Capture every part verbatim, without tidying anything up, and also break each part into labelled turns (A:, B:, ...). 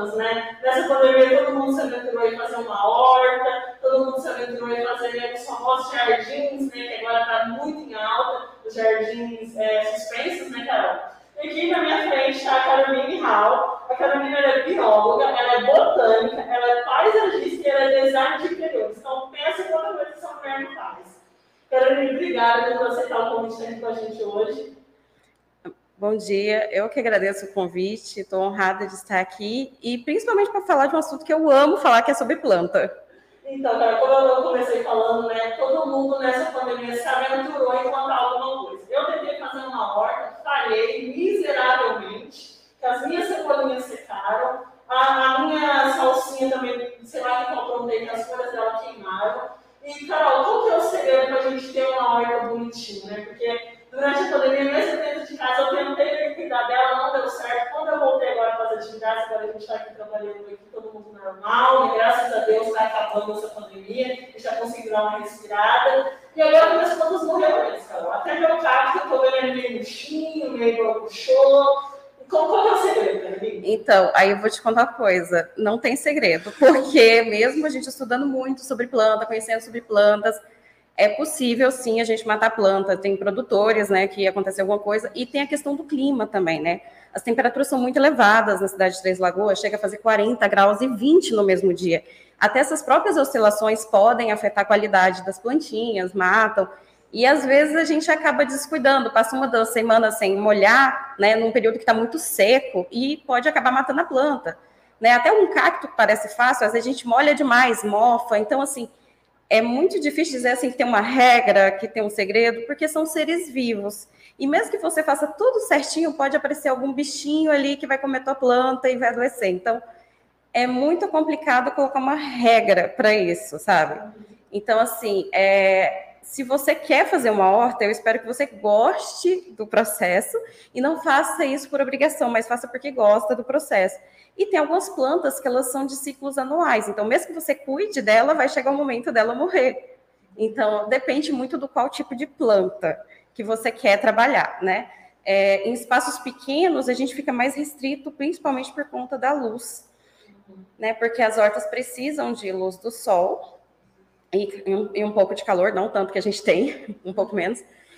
A: plantas, né? Nessa pandemia todo mundo se aventurou em fazer uma horta, todo mundo se aventurou em fazer os famosos jardins, né? Que agora está muito em alta, os jardins é, suspensos, né, Carol? E aqui na minha frente está a Caroline Hall. A Carolina é bióloga, ela é botânica, ela é paisagista e ela é design de interiores. Então pensa quanta coisa essa mulher não faz. Caroline, obrigada por aceitar o convite aqui com a gente hoje.
B: Bom dia, eu que agradeço o convite, estou honrada de estar aqui e principalmente para falar de um assunto que eu amo falar, que é sobre planta.
A: Então, cara, como eu comecei falando, né, todo mundo nessa pandemia se aventurou em plantar alguma coisa. Eu tentei fazer uma horta, falhei miseravelmente, que as minhas cebolinhas secaram, a, a minha salsinha também, sei lá o que eu aprontei, que as folhas dela queimaram. E, Carol, qual que é o segredo para a gente ter uma horta bonitinha, né? Porque durante a pandemia, mesmo dentro de casa, eu tentei cuidar dela, não deu certo. Quando eu voltei agora para as atividades, agora a gente está aqui trabalhando aqui, todo mundo normal, e graças a Deus está acabando essa pandemia, a gente já conseguiu dar uma respirada. E agora minhas plantas morreram mesmo, Carol. Até meu cacto, eu estou vendo ele meio murchinho, meio puxou. Qual, qual é o segredo, Carolina?
B: Então, aí eu vou te contar uma coisa, não tem segredo, porque mesmo a gente estudando muito sobre planta, conhecendo sobre plantas, é possível, sim, a gente matar planta. Tem produtores, né, que aconteceu alguma coisa. E tem a questão do clima também, né? As temperaturas são muito elevadas na cidade de Três Lagoas, chega a fazer quarenta graus e vinte no mesmo dia. Até essas próprias oscilações podem afetar a qualidade das plantinhas, matam. E, às vezes, a gente acaba descuidando. Passa uma das semanas sem molhar, né, num período que está muito seco, e pode acabar matando a planta. Né? Até um cacto que parece fácil, às vezes a gente molha demais, mofa. Então, assim, é muito difícil dizer assim que tem uma regra, que tem um segredo, porque são seres vivos. E mesmo que você faça tudo certinho, pode aparecer algum bichinho ali que vai comer tua planta e vai adoecer. Então, é muito complicado colocar uma regra para isso, sabe? Então, assim, é, se você quer fazer uma horta, eu espero que você goste do processo e não faça isso por obrigação, mas faça porque gosta do processo. E tem algumas plantas que elas são de ciclos anuais, então mesmo que você cuide dela, vai chegar o momento dela morrer. Então, depende muito do qual tipo de planta que você quer trabalhar, né? É, em espaços pequenos, a gente fica mais restrito, principalmente por conta da luz, né? Porque as hortas precisam de luz do sol e, e, um, e um pouco de calor, não tanto que a gente tem, um pouco menos.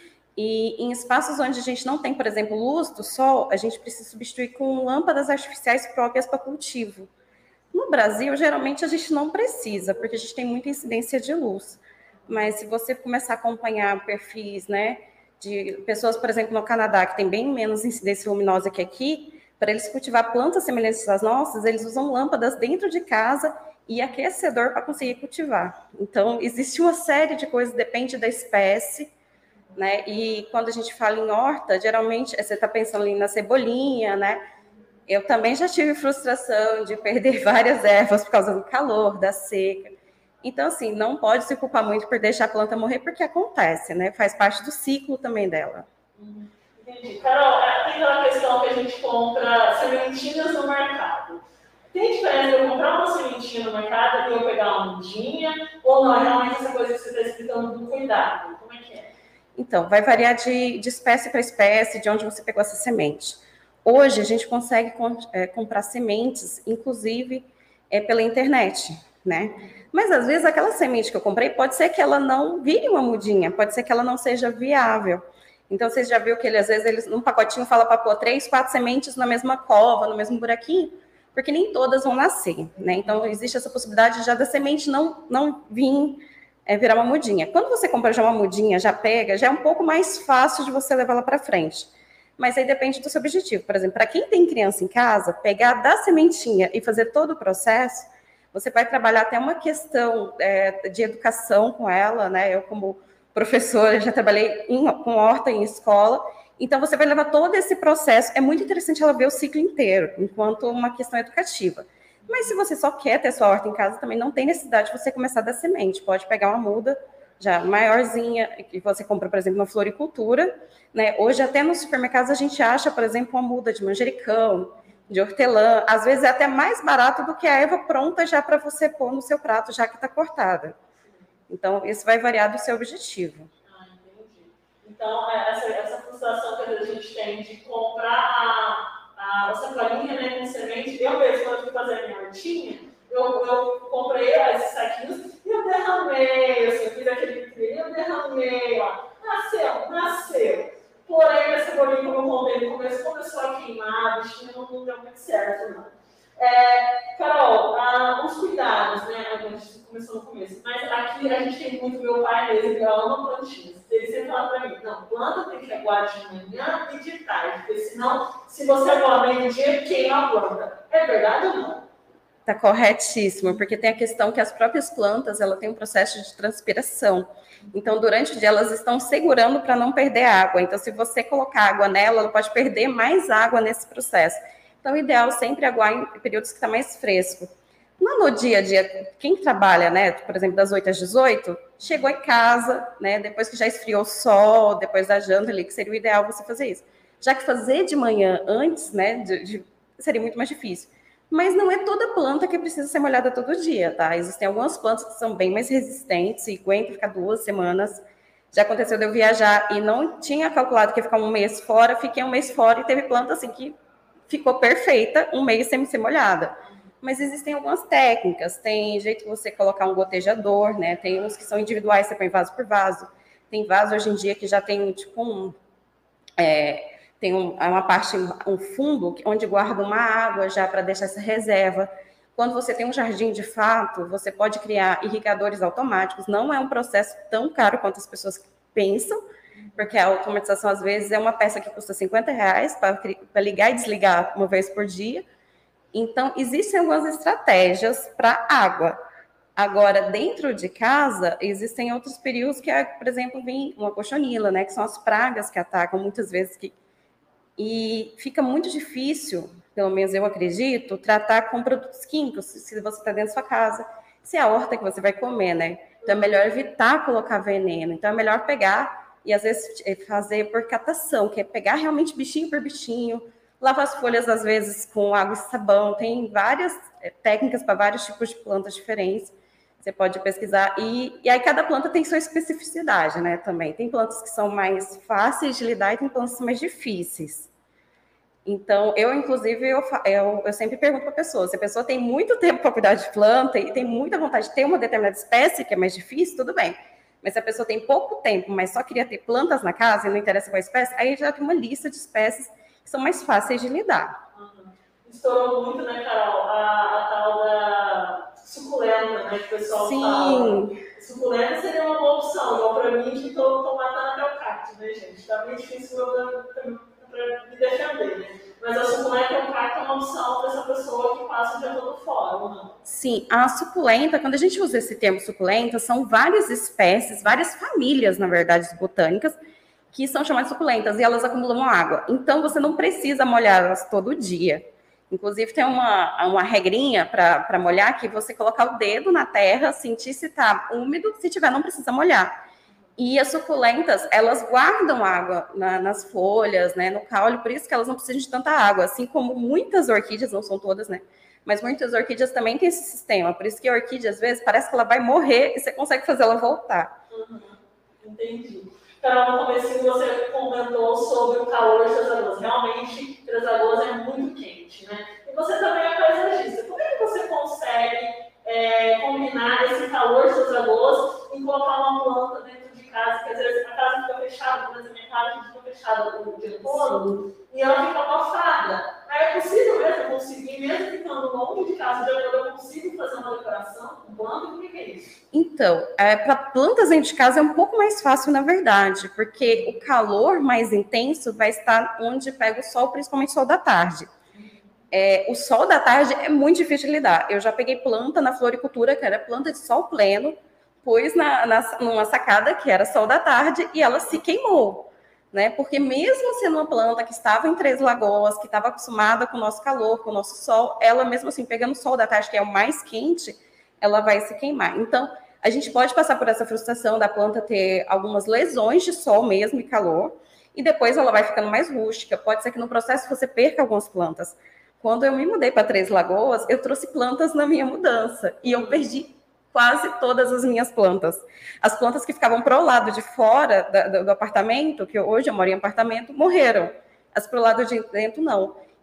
B: E em espaços onde a gente não tem, por exemplo, luz do sol, a gente precisa substituir com lâmpadas artificiais próprias para cultivo. No Brasil, geralmente, a gente não precisa, porque a gente tem muita incidência de luz. Mas se você começar a acompanhar perfis, né, de pessoas, por exemplo, no Canadá, que tem bem menos incidência luminosa que aqui, para eles cultivar plantas semelhantes às nossas, eles usam lâmpadas dentro de casa e aquecedor para conseguir cultivar. Então, existe uma série de coisas, depende da espécie, né? E quando a gente fala em horta, geralmente você está pensando ali na cebolinha, né? Eu também já tive frustração de perder várias ervas por causa do calor, da seca. Então, assim, não pode se culpar muito por deixar a planta morrer, porque acontece, né? Faz parte do ciclo também dela.
A: Entendi. Carol, tem aquela questão que a gente compra sementinhas no mercado. Tem diferença eu comprar uma sementinha no mercado e eu pegar uma mudinha? Ou não? É realmente essa coisa que você está explicando do cuidado? Como é que é?
B: Então, vai variar de, de espécie para espécie, de onde você pegou essa semente. Hoje, a gente consegue com, é, comprar sementes, inclusive, é, pela internet, né? Mas, às vezes, aquela semente que eu comprei, pode ser que ela não vire uma mudinha, pode ser que ela não seja viável. Então, vocês já viram que, ele, às vezes, eles, num pacotinho fala para pôr três, quatro sementes na mesma cova, no mesmo buraquinho, porque nem todas vão nascer, né? Então, existe essa possibilidade já da semente não, não vir... é virar uma mudinha. Quando você compra já uma mudinha, já pega, já é um pouco mais fácil de você levar ela para frente. Mas aí depende do seu objetivo. Por exemplo, para quem tem criança em casa, pegar da sementinha e fazer todo o processo, você vai trabalhar até uma questão é, de educação com ela, né? Eu, como professora, já trabalhei em, com horta em escola, então você vai levar todo esse processo. É muito interessante ela ver o ciclo inteiro, enquanto uma questão educativa. Mas se você só quer ter sua horta em casa, também não tem necessidade de você começar da semente. Pode pegar uma muda já maiorzinha, que você compra, por exemplo, na floricultura, né? Hoje, até nos supermercados, a gente acha, por exemplo, uma muda de manjericão, de hortelã. Às vezes é até mais barato do que a erva pronta já para você pôr no seu prato, já que está cortada. Então, isso vai variar do seu objetivo.
A: Ah, entendi. Então, essa, essa frustração que a gente tem de comprar a, a, a sacolinha, né, com semente. Eu mesmo, quando eu fui fazer a minha hortinha, eu, eu comprei esses saquinhos e eu derramei, assim, eu fiz aquele trilho, eu derramei, ó. Nasceu, nasceu. Porém, a cebolinha, como eu contei no começo, começou a queimar, o bichinho não, não deu muito certo, não. É, Carol, ah, os cuidados, né? A gente começou no começo, mas aqui a gente tem muito meu pai mesmo, que ama plantinhas. Ele sempre fala pra mim, não, planta tem que aguar de manhã e de tarde, porque senão, se você aguar meio-dia, queima a planta. É verdade ou não?
B: Tá corretíssimo, porque tem a questão que as próprias plantas, ela tem um processo de transpiração. Então, durante o dia, elas estão segurando para não perder água. Então, se você colocar água nela, ela pode perder mais água nesse processo. Então, o ideal é sempre aguar em períodos que está mais fresco. Não no dia a dia, quem trabalha, né, por exemplo, das oito às dezoito, chegou em casa, né, depois que já esfriou o sol, depois da janta ali, que seria o ideal você fazer isso. Já que fazer de manhã antes, né, de, de, seria muito mais difícil. Mas não é toda planta que precisa ser molhada todo dia, tá? Existem algumas plantas que são bem mais resistentes e aguentam ficar duas semanas. Já aconteceu de eu viajar e não tinha calculado que ia ficar um mês fora, fiquei um mês fora e teve planta assim que ficou perfeita, um mês sem ser molhada. Mas existem algumas técnicas, tem jeito de você colocar um gotejador, né? Tem uns que são individuais, você põe vaso por vaso. Tem vaso hoje em dia que já tem tipo um... É, tem um, uma parte, um fundo, onde guarda uma água já para deixar essa reserva. Quando você tem um jardim de fato, você pode criar irrigadores automáticos. Não é um processo tão caro quanto as pessoas pensam, porque a automatização, às vezes, é uma peça que custa cinquenta reais para ligar e desligar uma vez por dia. Então, existem algumas estratégias para água. Agora, dentro de casa, existem outros períodos que, é, por exemplo, vem uma cochonila, né, que são as pragas que atacam muitas vezes que e fica muito difícil, pelo menos eu acredito, tratar com produtos químicos, se você está dentro da sua casa, se é a horta que você vai comer, né? Então é melhor evitar colocar veneno. Então é melhor pegar e às vezes fazer por catação, que é pegar realmente bichinho por bichinho, lavar as folhas às vezes com água e sabão. Tem várias técnicas para vários tipos de plantas diferentes. Você pode pesquisar. E, e aí cada planta tem sua especificidade, né, também. Tem plantas que são mais fáceis de lidar e tem plantas que são mais difíceis. Então, eu, inclusive, eu, eu, eu sempre pergunto para a pessoa, se a pessoa tem muito tempo para cuidar de planta e tem muita vontade de ter uma determinada espécie, que é mais difícil, tudo bem. Mas se a pessoa tem pouco tempo, mas só queria ter plantas na casa e não interessa qual espécie, aí já tem uma lista de espécies que são mais fáceis de lidar.
A: Uhum. Estourou muito, né, Carol, a, a tal da suculenta, né, que o pessoal
B: Sim.
A: fala. Suculenta seria uma boa opção, igual para mim, que estou matando até o cacto, né, gente? Está bem difícil para me defender, né? Mas a suculenta é um cacto, é uma opção para essa pessoa que passa o dia todo fora, ou não?
B: Sim, a suculenta, quando a gente usa esse termo suculenta, são várias espécies, várias famílias, na verdade, botânicas, que são chamadas suculentas, e elas acumulam água. Então, você não precisa molhá-las todo dia. Inclusive, tem uma, uma regrinha para molhar, que você colocar o dedo na terra, sentir se está úmido, se tiver, não precisa molhar. E as suculentas, elas guardam água na, nas folhas, né, no caule, por isso que elas não precisam de tanta água, assim como muitas orquídeas, não são todas, né, mas muitas orquídeas também têm esse sistema, por isso que a orquídea, às vezes, parece que ela vai morrer e você consegue fazer ela voltar.
A: Uhum, entendi. Carol, no começo você comentou sobre o calor de Três Lagoas. Realmente, Três Lagoas é muito quente, né? E você também é paisagista. Como é que você consegue é, combinar esse calor de Três Lagoas e colocar uma planta dentro de casa? Porque às vezes a casa fica fechada, por exemplo, a minha casa fica fechada o dia todo e ela fica abafada. Aí é possível mesmo conseguir, mesmo ficando longe de casa, eu consigo fazer uma decoração com planta? O que é isso?
B: Então, é, para plantas dentro de casa é um pouco mais fácil, na verdade, porque o calor mais intenso vai estar onde pega o sol, principalmente o sol da tarde. É, o sol da tarde é muito difícil de lidar. Eu já peguei planta na floricultura, que era planta de sol pleno, pus na, na, numa sacada que era sol da tarde e ela se queimou, né? Porque mesmo sendo uma planta que estava em Três Lagoas, que estava acostumada com o nosso calor, com o nosso sol, ela mesmo assim, pegando o sol da tarde, que é o mais quente, ela vai se queimar. Então, a gente pode passar por essa frustração da planta ter algumas lesões de sol mesmo e calor, e depois ela vai ficando mais rústica. Pode ser que no processo você perca algumas plantas. Quando eu me mudei para Três Lagoas, eu trouxe plantas na minha mudança, e eu perdi quase todas as minhas plantas. As plantas que ficavam para o lado de fora da, do, do apartamento, que hoje eu moro em apartamento, morreram. As para o lado de dentro, não.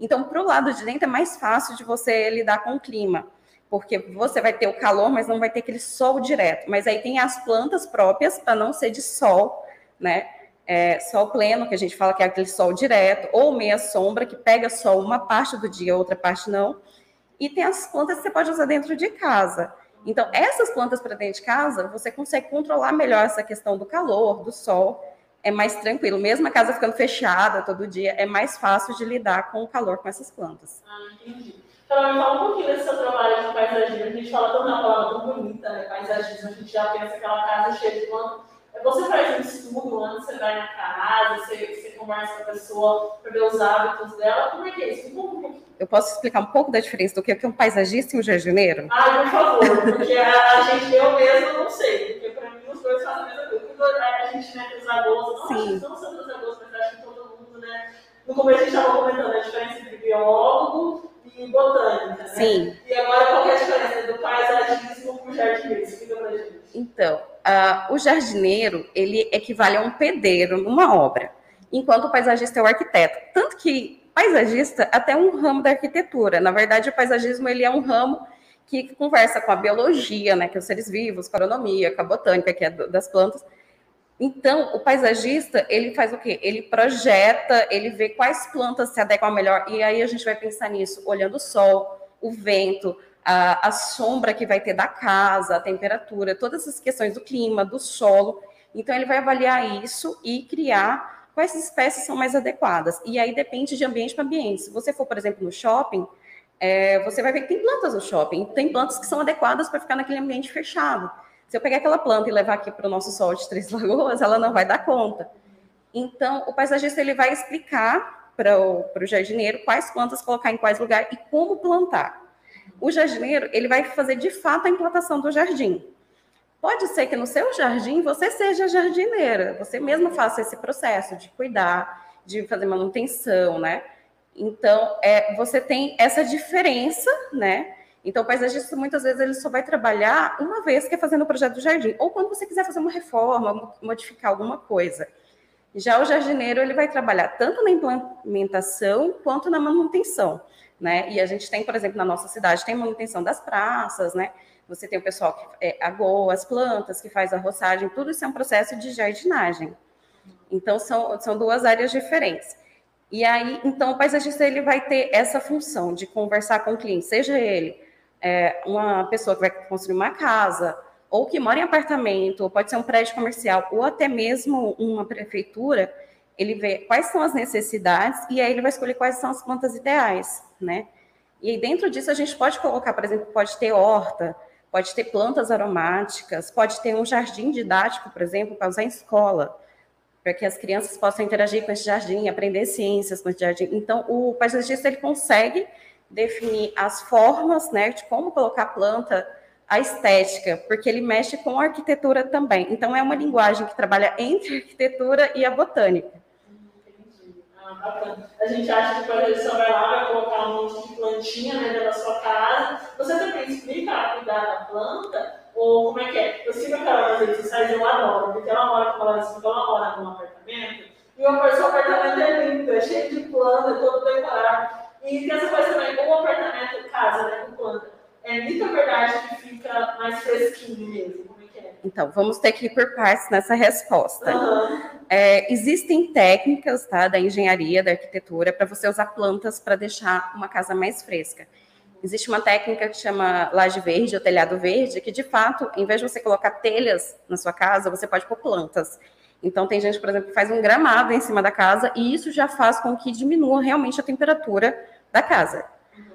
B: Então, para o lado de dentro é mais fácil de você lidar com o clima, porque você vai ter o calor, mas não vai ter aquele sol direto. Mas aí tem as plantas próprias para não ser de sol, né? É, sol pleno, que a gente fala que é aquele sol direto, ou meia sombra, que pega sol uma parte do dia, outra parte não. E tem as plantas que você pode usar dentro de casa. Então, essas plantas para dentro de casa, você consegue controlar melhor essa questão do calor, do sol, é mais tranquilo. Mesmo a casa ficando fechada todo dia, é mais fácil de lidar com o calor com essas plantas.
A: Ah, entendi. Então, me fala um pouquinho desse seu trabalho de paisagismo. A gente fala tanto na palavra tão bonita, né? Paisagismo, a gente já pensa aquela casa cheia de plantas. Você faz um estudo antes, você vai na casa, você, você conversa com a pessoa para ver os hábitos dela. Como é que é isso? Como...
B: Eu posso explicar um pouco da diferença do que é um paisagista e um jardineiro?
A: Ah, por favor, porque a, a gente, eu mesmo não sei, porque para mim os dois fazem a mesma coisa. Quando a gente, né, dos agostos, não,
B: Sim.
A: não são dos agostos, mas acho que todo mundo, né? No começo a gente estava comentando a diferença entre biólogo e botânica, né?
B: Sim.
A: E agora qual é a diferença do paisagismo para o jardineiro? Explica pra gente.
B: Então, uh, o jardineiro, ele equivale a um pedreiro numa obra, enquanto o paisagista é o arquiteto. Tanto que paisagista até é um ramo da arquitetura. Na verdade, o paisagismo ele é um ramo que conversa com a biologia, né, que é os seres vivos, com a agronomia, com a botânica, que é das plantas. Então, o paisagista, ele faz o quê? Ele projeta, ele vê quais plantas se adequam melhor, e aí a gente vai pensar nisso, olhando o sol, o vento, a, a sombra que vai ter da casa, a temperatura, todas essas questões do clima, do solo. Então, ele vai avaliar isso e criar quais espécies são mais adequadas. E aí depende de ambiente para ambiente. Se você for, por exemplo, no shopping, é, você vai ver que tem plantas no shopping, tem plantas que são adequadas para ficar naquele ambiente fechado. Se eu pegar aquela planta e levar aqui para o nosso sol de Três Lagoas, ela não vai dar conta. Então, o paisagista ele vai explicar para o jardineiro quais plantas colocar em quais lugares e como plantar. O jardineiro ele vai fazer de fato a implantação do jardim. Pode ser que no seu jardim você seja jardineira, você mesma faça esse processo de cuidar, de fazer manutenção, né? Então, é, você tem essa diferença, né? Então, o paisagista, muitas vezes, ele só vai trabalhar uma vez que é fazendo o projeto do jardim, ou quando você quiser fazer uma reforma, modificar alguma coisa. Já o jardineiro, ele vai trabalhar tanto na implementação quanto na manutenção, né? E a gente tem, por exemplo, na nossa cidade, tem manutenção das praças, né? Você tem o pessoal que é, agoa as plantas, que faz a roçagem, tudo isso é um processo de jardinagem. Então, são, são duas áreas diferentes. E aí, então, o paisagista, ele vai ter essa função de conversar com o cliente, seja ele é, uma pessoa que vai construir uma casa, ou que mora em apartamento, ou pode ser um prédio comercial, ou até mesmo uma prefeitura, ele vê quais são as necessidades e aí ele vai escolher quais são as plantas ideais, né? E aí dentro disso a gente pode colocar, por exemplo, pode ter horta, pode ter plantas aromáticas, pode ter um jardim didático, por exemplo, para usar em escola, para que as crianças possam interagir com esse jardim, aprender ciências com esse jardim. Então, o paisagista ele consegue definir as formas, né, de como colocar a planta, a estética, porque ele mexe com a arquitetura também. Então, é uma linguagem que trabalha entre a arquitetura e a botânica.
A: Entendi. Ah, bacana. A gente acha que, por exemplo, você vai lá, vai colocar um monte de plantinha, né, dentro da sua casa. Você também explica a cuidar da planta? Ou como é que é? Eu sigo aquela nas redes sociais, eu adoro, porque ela mora, como ela disse, ela mora num apartamento, e o seu apartamento é lindo, é cheio de planta, é todo decorado. E tem essa coisa também, o apartamento, casa, né, com planta, é mito ou verdade que fica mais fresquinho mesmo? Como é que é?
B: Então, vamos ter que ir por partes nessa resposta.
A: Uhum.
B: É, existem técnicas, tá, da engenharia, da arquitetura, para você usar plantas para deixar uma casa mais fresca. Existe uma técnica que chama laje verde ou telhado verde, que de fato, em vez de você colocar telhas na sua casa, você pode pôr plantas. Então, tem gente, por exemplo, que faz um gramado em cima da casa e isso já faz com que diminua realmente a temperatura da casa.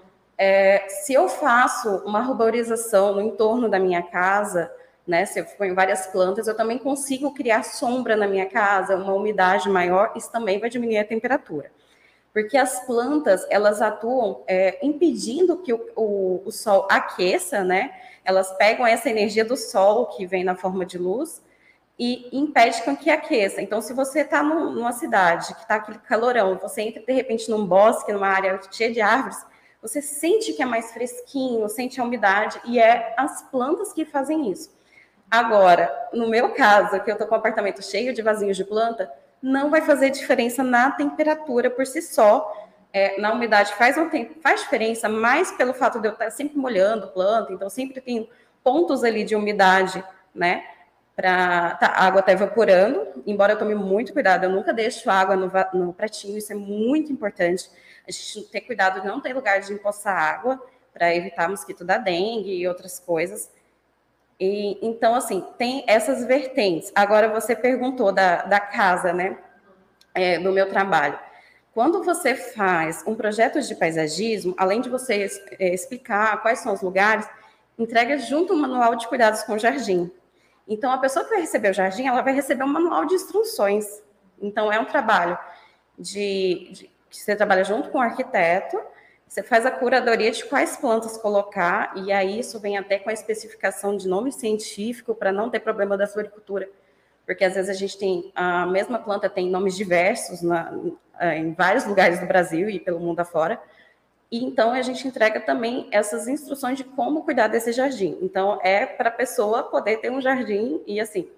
B: É, se eu faço uma arborização no entorno da minha casa, né, se eu ponho várias plantas, eu também consigo criar sombra na minha casa, uma umidade maior, isso também vai diminuir a temperatura. Porque as plantas, elas atuam é, impedindo que o, o, o sol aqueça, né? Elas pegam essa energia do sol, que vem na forma de luz, e impede com que aqueça. Então, se você está numa cidade que está aquele calorão, você entra, de repente, num bosque, numa área cheia de árvores, você sente que é mais fresquinho, sente a umidade, e é as plantas que fazem isso. Agora, no meu caso, que eu estou com um apartamento cheio de vasinhos de planta, não vai fazer diferença na temperatura por si só, é, na umidade faz, um tempo, faz diferença, mais pelo fato de eu estar sempre molhando planta, então sempre tem pontos ali de umidade, né? Pra, tá, a água está evaporando, embora eu tome muito cuidado, eu nunca deixo água no, no pratinho, isso é muito importante. A gente ter cuidado de não ter lugar de empoçar água, para evitar mosquito da dengue e outras coisas. E, então, assim, tem essas vertentes. Agora, você perguntou da, da casa, né? É, do meu trabalho. Quando você faz um projeto de paisagismo, além de você é, explicar quais são os lugares, entrega junto um manual de cuidados com o jardim. Então, a pessoa que vai receber o jardim, ela vai receber um manual de instruções. Então, é um trabalho de, de que você trabalha junto com o arquiteto, você faz a curadoria de quais plantas colocar, e aí isso vem até com a especificação de nome científico, para não ter problema da floricultura, porque às vezes a gente tem, a mesma planta tem nomes diversos na, em vários lugares do Brasil e pelo mundo afora, e então a gente entrega também essas instruções de como cuidar desse jardim. Então é para a pessoa poder ter um jardim e assim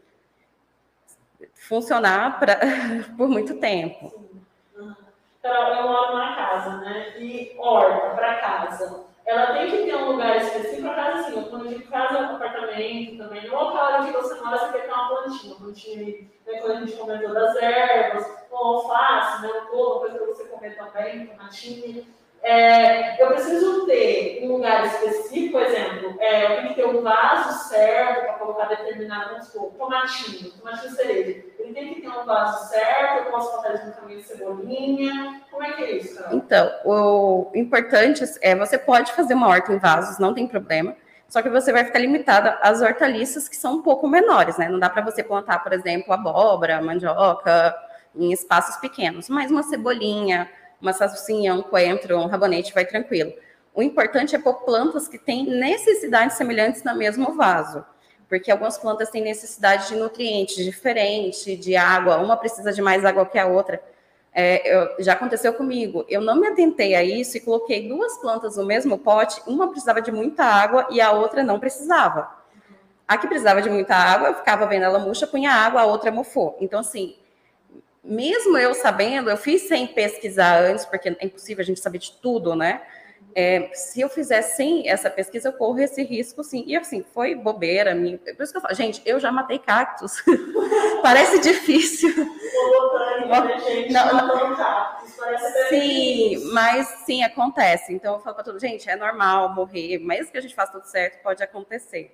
B: funcionar pra, por muito tempo.
A: Uhum. Carol, eu moro numa casa, né? E horta para casa. Ela tem que ter um lugar específico para casa, assim. Quando eu digo casa, apartamento também. No local onde você mora, você quer ter uma plantinha. Uma plantinha, né, quando a gente comentou das ervas, um alface, né? Um couve, coisa para você comer também, tomatinho. É, eu preciso ter um lugar específico, por exemplo, é, eu tenho que ter um vaso certo para colocar determinado, vamos supor, tomatinho, tomatinho cereja. Ele tem que ter um vaso certo, eu posso botar junto também de cebolinha. Como é que é isso, Carol?
B: Então, o importante é, você pode fazer uma horta em vasos, não tem problema, só que você vai ficar limitada às hortaliças que são um pouco menores, né? Não dá para você plantar, por exemplo, abóbora, mandioca, em espaços pequenos, mas uma cebolinha, uma salsinha, um coentro, um rabanete, vai tranquilo. O importante é pôr plantas que têm necessidades semelhantes no mesmo vaso, porque algumas plantas têm necessidade de nutrientes diferentes, de água, uma precisa de mais água que a outra. É, eu, já aconteceu comigo, eu não me atentei a isso e coloquei duas plantas no mesmo pote, uma precisava de muita água e a outra não precisava. A que precisava de muita água, eu ficava vendo ela murcha, punha água, a outra mofou. Então, assim, mesmo eu sabendo, eu fiz sem pesquisar antes, porque é impossível a gente saber de tudo, né? É, se eu fizer sem essa pesquisa, eu corro esse risco, sim. E assim, foi bobeira minha. Por isso que eu falo, gente, eu já matei cactos. Parece difícil.
A: Não, não, cactos. Parece
B: sim, mas sim, acontece. Então eu falo para todo gente, é normal morrer, mesmo que a gente faça tudo certo, pode acontecer.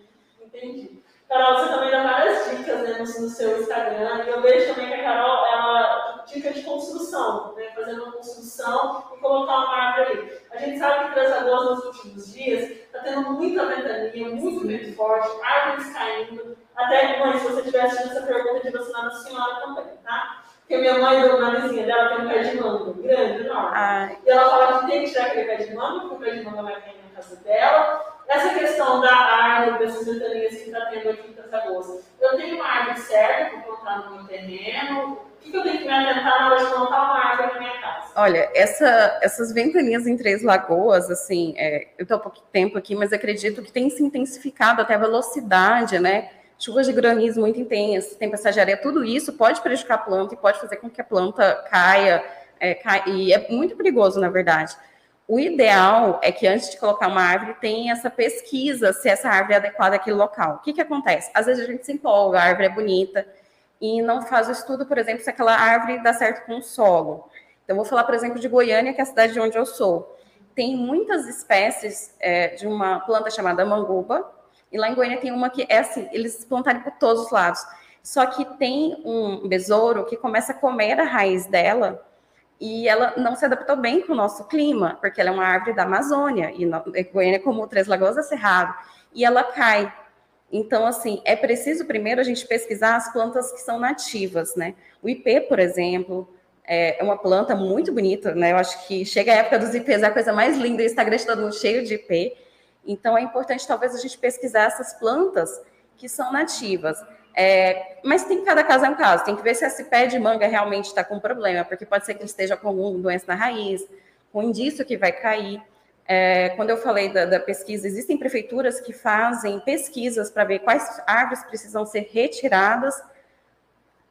A: Entendi. Carol, você também dá várias dicas, né, no, no seu Instagram, e eu vejo também que a Carol, ela dica de construção, né, fazendo uma construção e colocar uma árvore ali. A gente sabe que Três Lagoas nos últimos dias está tendo muita ventania, muito vento forte, árvores caindo. Até, mãe, se você tivesse tido essa pergunta de vacinar a senhora também, tá? Porque minha mãe, na vizinha dela, tem um pé de manga grande, enorme. Ai. E ela fala que tem que tirar aquele pé de manga, porque o pé de manga vai cair na casa dela. Essa questão da árvore, dessas ventanias que está tendo aqui em Três Lagoas. Eu tenho uma árvore certa para plantar no meu terreno. O que eu tenho que me atentar na hora de plantar uma árvore na minha casa? Olha, essa, essas ventanias em Três Lagoas, assim, é, eu estou há pouco tempo aqui, mas acredito que tem se intensificado até a velocidade, né? Chuvas de granizo muito intensas, tempestade de areia, tudo isso pode prejudicar a planta e pode fazer com que a planta caia, é, caia e é muito perigoso, na verdade. O ideal é que antes de colocar uma árvore tenha essa pesquisa se essa árvore é adequada àquele local. O que que acontece? Às vezes a gente se empolga, a árvore é bonita e não faz o estudo, por exemplo, se aquela árvore dá certo com o solo. Então, vou falar, por exemplo, de Goiânia, que é a cidade de onde eu sou. Tem muitas espécies é, de uma planta chamada manguba, e lá em Goiânia tem uma que é assim, eles plantaram por todos os lados. Só que tem um besouro que começa a comer a raiz dela e ela não se adaptou bem com o nosso clima, porque ela é uma árvore da Amazônia, e no, Goiânia, como Três Lagoas, é cerrado, e ela cai. Então, assim, é preciso primeiro a gente pesquisar as plantas que são nativas, né? O ipê, por exemplo, é uma planta muito bonita, né? Eu acho que chega a época dos ipês, é a coisa mais linda, o Instagram de todo mundo cheio de ipê. Então, é importante, talvez, a gente pesquisar essas plantas que são nativas. É, mas tem cada caso é um caso, tem que ver se esse pé de manga realmente está com problema, porque pode ser que ele esteja com alguma doença na raiz, com indício que vai cair. É, quando eu falei da, da pesquisa, existem prefeituras que fazem pesquisas para ver quais árvores precisam ser retiradas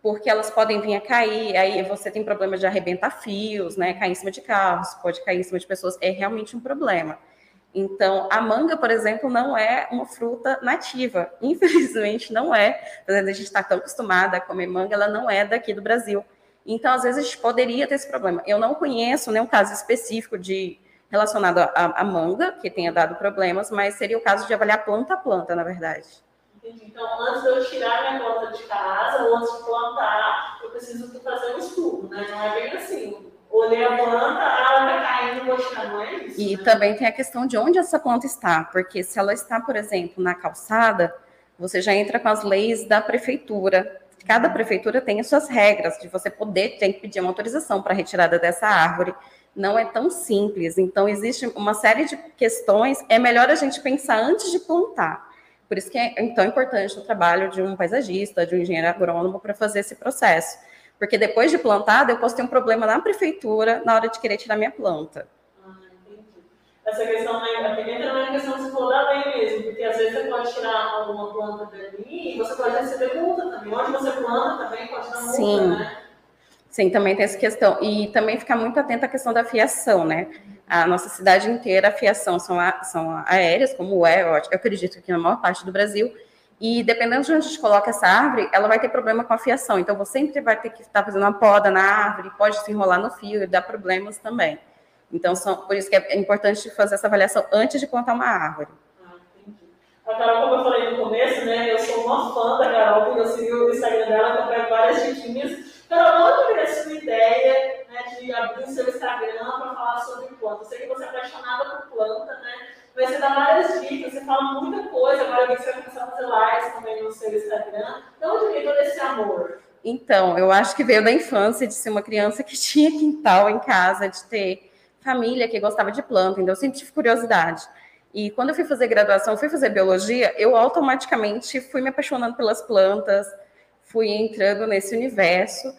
B: porque elas podem vir a cair, aí você tem problema de arrebentar fios, né, cair em cima de carros, pode cair em cima de pessoas, é realmente um problema. Então, a manga, por exemplo, não é uma fruta nativa, infelizmente não é, apesar de a gente estar tão acostumada a comer manga, ela não é daqui do Brasil. Então, às vezes, a gente poderia ter esse problema. Eu não conheço nenhum caso específico de relacionado à manga, que tenha dado problemas, mas seria o caso de avaliar planta a planta, na verdade.
A: Entendi. Então, antes de eu tirar minha planta de casa, ou antes de plantar, eu preciso fazer um estudo, né? Não é bem assim. Olhei a planta, ah, ela está caindo, vou tirar, não é isso?
B: E
A: né?
B: também tem a questão de onde essa planta está, porque se ela está, por exemplo, na calçada, você já entra com as leis da prefeitura. Cada prefeitura tem as suas regras, de você poder, tem que pedir uma autorização para a retirada dessa árvore. Não é tão simples, então existe uma série de questões, é melhor a gente pensar antes de plantar. Por isso que é tão importante o trabalho de um paisagista, de um engenheiro agrônomo para fazer esse processo. Porque depois de plantada, eu posso ter um problema na prefeitura na hora de querer tirar minha planta.
A: Ah, entendi. Essa questão, né, entra na questão de se for da lei mesmo, porque às vezes você pode tirar alguma planta dali e você pode receber multa também. Onde você planta também pode dar multa,
B: Sim.
A: né?
B: Sim, também tem essa questão. E também ficar muito atento à questão da fiação, né? A nossa cidade inteira, a fiação são, a, são aéreas, como é, eu acredito que na maior parte do Brasil. E dependendo de onde a gente coloca essa árvore, ela vai ter problema com a fiação. Então, você sempre vai ter que estar fazendo uma poda na árvore, pode se enrolar no fio e dar problemas também. Então, são, por isso que é importante fazer essa avaliação antes de plantar uma árvore.
A: Ah, entendi. A Carol, como eu falei no começo, né? Eu sou uma fã da Carol, porque eu segui o Instagram dela, eu pego várias diquinhas. Carol, onde veio a sua ideia, né, de abrir o seu Instagram para falar sobre planta? Eu sei que você é apaixonada por planta, né? Mas você dá várias dicas, você fala muita coisa. Agora eu vi que você vai começar a fazer lives também no seu Instagram. De onde veio todo esse amor?
B: Então, eu acho que veio da infância, de ser uma criança que tinha quintal em casa, de ter família que gostava de planta, então eu sempre tive curiosidade. E quando eu fui fazer graduação, fui fazer biologia, eu automaticamente fui me apaixonando pelas plantas, fui entrando nesse universo,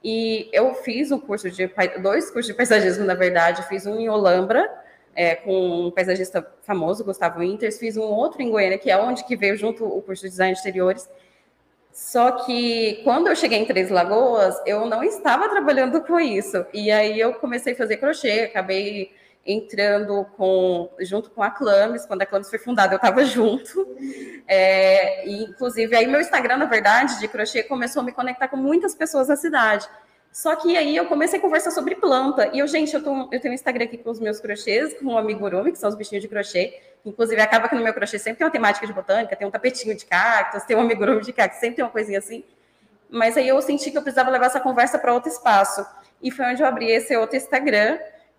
B: e eu fiz um curso de, dois cursos de paisagismo, na verdade, fiz um em Olambra, é, com um paisagista famoso, Gustavo Winters, fiz um outro em Goiânia, que é onde que veio junto o curso de design de exteriores. Só que quando eu cheguei em Três Lagoas, eu não estava trabalhando com isso, e aí eu comecei a fazer crochê, acabei entrando com, junto com a Clames. Quando a Clames foi fundada, eu estava junto. É, e, inclusive, aí meu Instagram, na verdade, de crochê, começou a me conectar com muitas pessoas na cidade. Só que aí eu comecei a conversar sobre planta. E eu, gente, eu, tô, eu tenho um Instagram aqui com os meus crochês, com o amigurumi, que são os bichinhos de crochê. Inclusive, acaba que no meu crochê sempre tem uma temática de botânica, tem um tapetinho de cactos, tem um amigurumi de cactos, sempre tem uma coisinha assim. Mas aí eu senti que eu precisava levar essa conversa para outro espaço. E foi onde eu abri esse outro Instagram,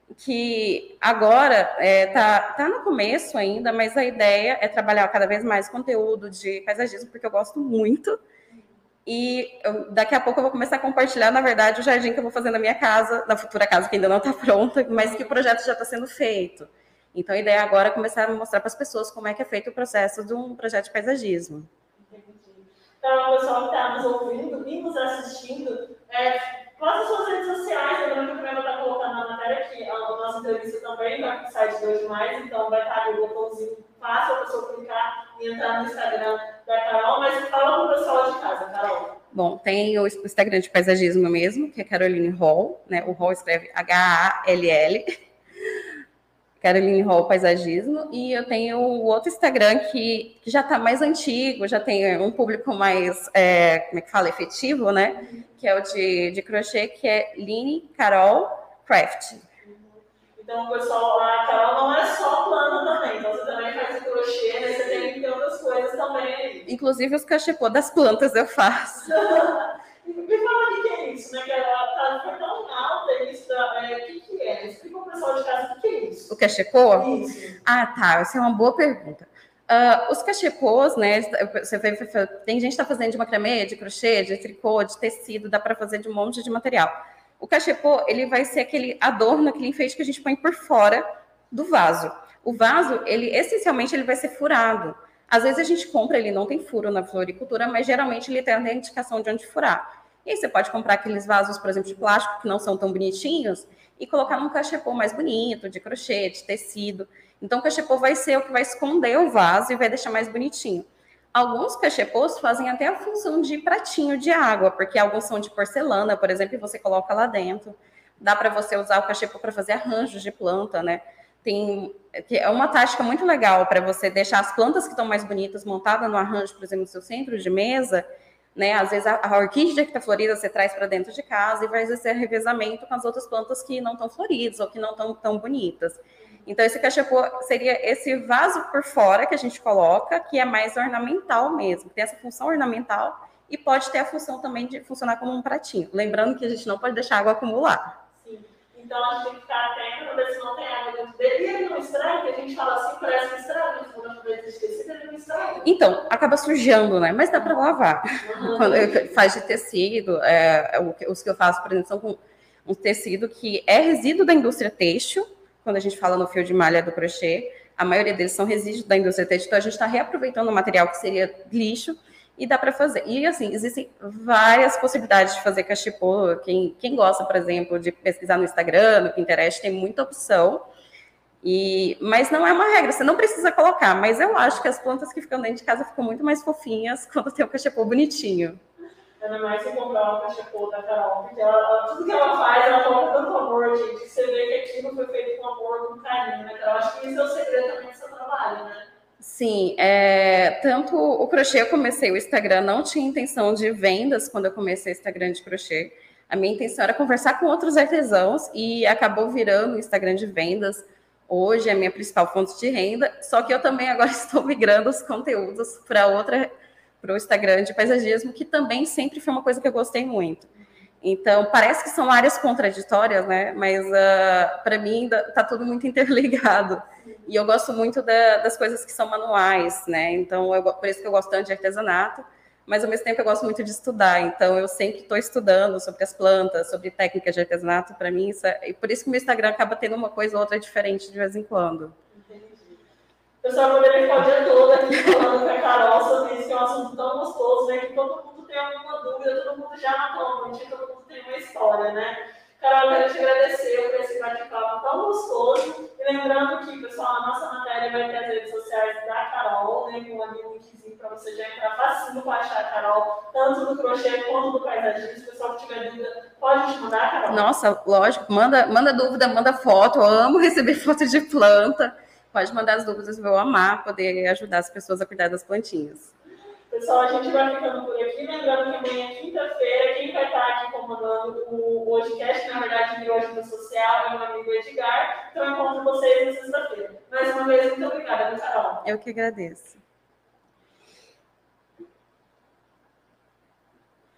B: que agora é, tá, tá no começo ainda, mas a ideia é trabalhar cada vez mais conteúdo de paisagismo, porque eu gosto muito. E eu, daqui a pouco eu vou começar a compartilhar, na verdade, o jardim que eu vou fazer na minha casa, na futura casa que ainda não está pronta, mas que o projeto já está sendo feito. Então a ideia agora é começar a mostrar para as pessoas como é que é feito o processo de um projeto de paisagismo.
A: Entendi. Então, o pessoal que está nos ouvindo e nos assistindo, é, faça suas redes sociais, lembrando que o Fernando está colocando na matéria que a nossa entrevista também vai para o site de hoje mais, então vai estar ali o botãozinho fácil a pessoa clicar e entrar no Instagram da Carol, mas fala para o pessoal de casa, Carol.
B: Bom, tem o Instagram de paisagismo mesmo, que é Caroline Hall, né? O Hall escreve H A L L, Caroline Hall Paisagismo, e eu tenho o outro Instagram que, que já está mais antigo, já tem um público mais, é, como é que fala, efetivo, né? Que é o de, de crochê, que é Line Carol Craft.
A: Então, pessoal, a Carol não é só plana também, então você também faz o crochê, né? Você tem que ter outras coisas também aí.
B: Inclusive os cachepô das plantas eu faço.
A: Me fala o que é isso, né? Que ela foi tão alta isso. É, o que, que é? Explica para o pessoal de casa o que é isso.
B: O cachepô?
A: Isso.
B: Ah, tá. Essa é uma boa pergunta. Uh, os cachepôs, né? Você vê, tem gente que está fazendo de macramê, de crochê, de tricô, de tecido, dá para fazer de um monte de material. O cachepô, ele vai ser aquele adorno, aquele enfeite que a gente põe por fora do vaso. O vaso, ele essencialmente, ele vai ser furado. Às vezes a gente compra, ele não tem furo na floricultura, mas geralmente ele tem a indicação de onde furar. E aí você pode comprar aqueles vasos, por exemplo, de plástico, que não são tão bonitinhos, e colocar num cachepô mais bonito, de crochê, de tecido. Então o cachepô vai ser o que vai esconder o vaso e vai deixar mais bonitinho. Alguns cachepôs fazem até a função de pratinho de água, porque alguns são de porcelana, por exemplo, e você coloca lá dentro. Dá para você usar o cachepô para fazer arranjos de planta, né? Tem, é uma tática muito legal para você deixar as plantas que estão mais bonitas montadas no arranjo, por exemplo, no seu centro de mesa, né? Às vezes a, a orquídea que está florida você traz para dentro de casa e vai exercer revezamento com as outras plantas que não estão floridas ou que não estão tão bonitas. Então, esse cachepô seria esse vaso por fora que a gente coloca, que é mais ornamental mesmo, tem essa função ornamental e pode ter a função também de funcionar como um pratinho. Lembrando que a gente não pode deixar água acumular.
A: Sim. Então, a gente tem que ficar atento para ver se não tem água dentro dele. E ele não estraga, que a gente fala assim, parece que estraga, mas quando a gente esquece, ele não estraga.
B: Então, acaba sujando, né? Mas dá para lavar. Uhum. Quando faz de tecido, é, os que eu faço, por exemplo, são com um tecido que é resíduo da indústria têxtil. Quando a gente fala no fio de malha do crochê, a maioria deles são resíduos da indústria têxtil, então a gente está reaproveitando o material que seria lixo e dá para fazer. E assim, existem várias possibilidades de fazer cachepô. Quem, quem gosta, por exemplo, de pesquisar no Instagram, no Pinterest, tem muita opção. E, mas não é uma regra, você não precisa colocar, mas eu acho que as plantas que ficam dentro de casa ficam muito mais fofinhas quando tem um cachepô bonitinho.
A: Ainda mais se comprar um cachepô da Carol, porque ela, ela, tudo que ela faz, ela coloca tanto amor, gente, que você vê que aquilo foi feito com amor, com carinho, né? Eu acho que isso é o segredo também do seu trabalho, né?
B: Sim, é, tanto o crochê, eu comecei o Instagram, não tinha intenção de vendas quando eu comecei o Instagram de crochê. A minha intenção era conversar com outros artesãos e acabou virando o Instagram de vendas. Hoje é a minha principal fonte de renda, só que eu também agora estou migrando os conteúdos para outra, para o Instagram de paisagismo, que também sempre foi uma coisa que eu gostei muito. Então, parece que são áreas contraditórias, né? Mas uh, para mim está tudo muito interligado. E eu gosto muito da, das coisas que são manuais, né? Então, eu, por isso que eu gosto tanto de artesanato, mas ao mesmo tempo eu gosto muito de estudar. Então, eu sempre estou estudando sobre as plantas, sobre técnicas de artesanato. Para mim, isso é, e por isso que o meu Instagram acaba tendo uma coisa ou outra diferente de vez em quando.
A: Entendi. Pessoal, eu poderia ficar o dia todo aqui falando com a Carol sobre isso, que é um assunto tão gostoso, né? Que todo mundo tem alguma dúvida, todo mundo já matou uma todo mundo tem uma história, né? Carol, eu quero te agradecer por esse bate-papo tão gostoso. E lembrando que, pessoal, a nossa matéria vai ter as redes sociais da Carol, né? Com ali um linkzinho para você já entrar facinho para achar a Carol, tanto do crochê quanto do paisagismo. Se o pessoal que tiver dúvida, pode te mandar, Carol?
B: Nossa, lógico, manda, manda dúvida, manda foto. Eu amo receber foto de planta. Pode mandar as dúvidas, eu vou amar poder ajudar as pessoas a cuidar das plantinhas.
A: Pessoal, a gente vai ficando por aqui. Lembrando que amanhã é quinta-feira. Quem vai estar aqui comandando o podcast, na verdade, de hoje no social, é o meu amigo Edgar. Então, eu encontro vocês na sexta-feira. Mais uma vez, muito obrigada, Carol.
B: Eu que agradeço.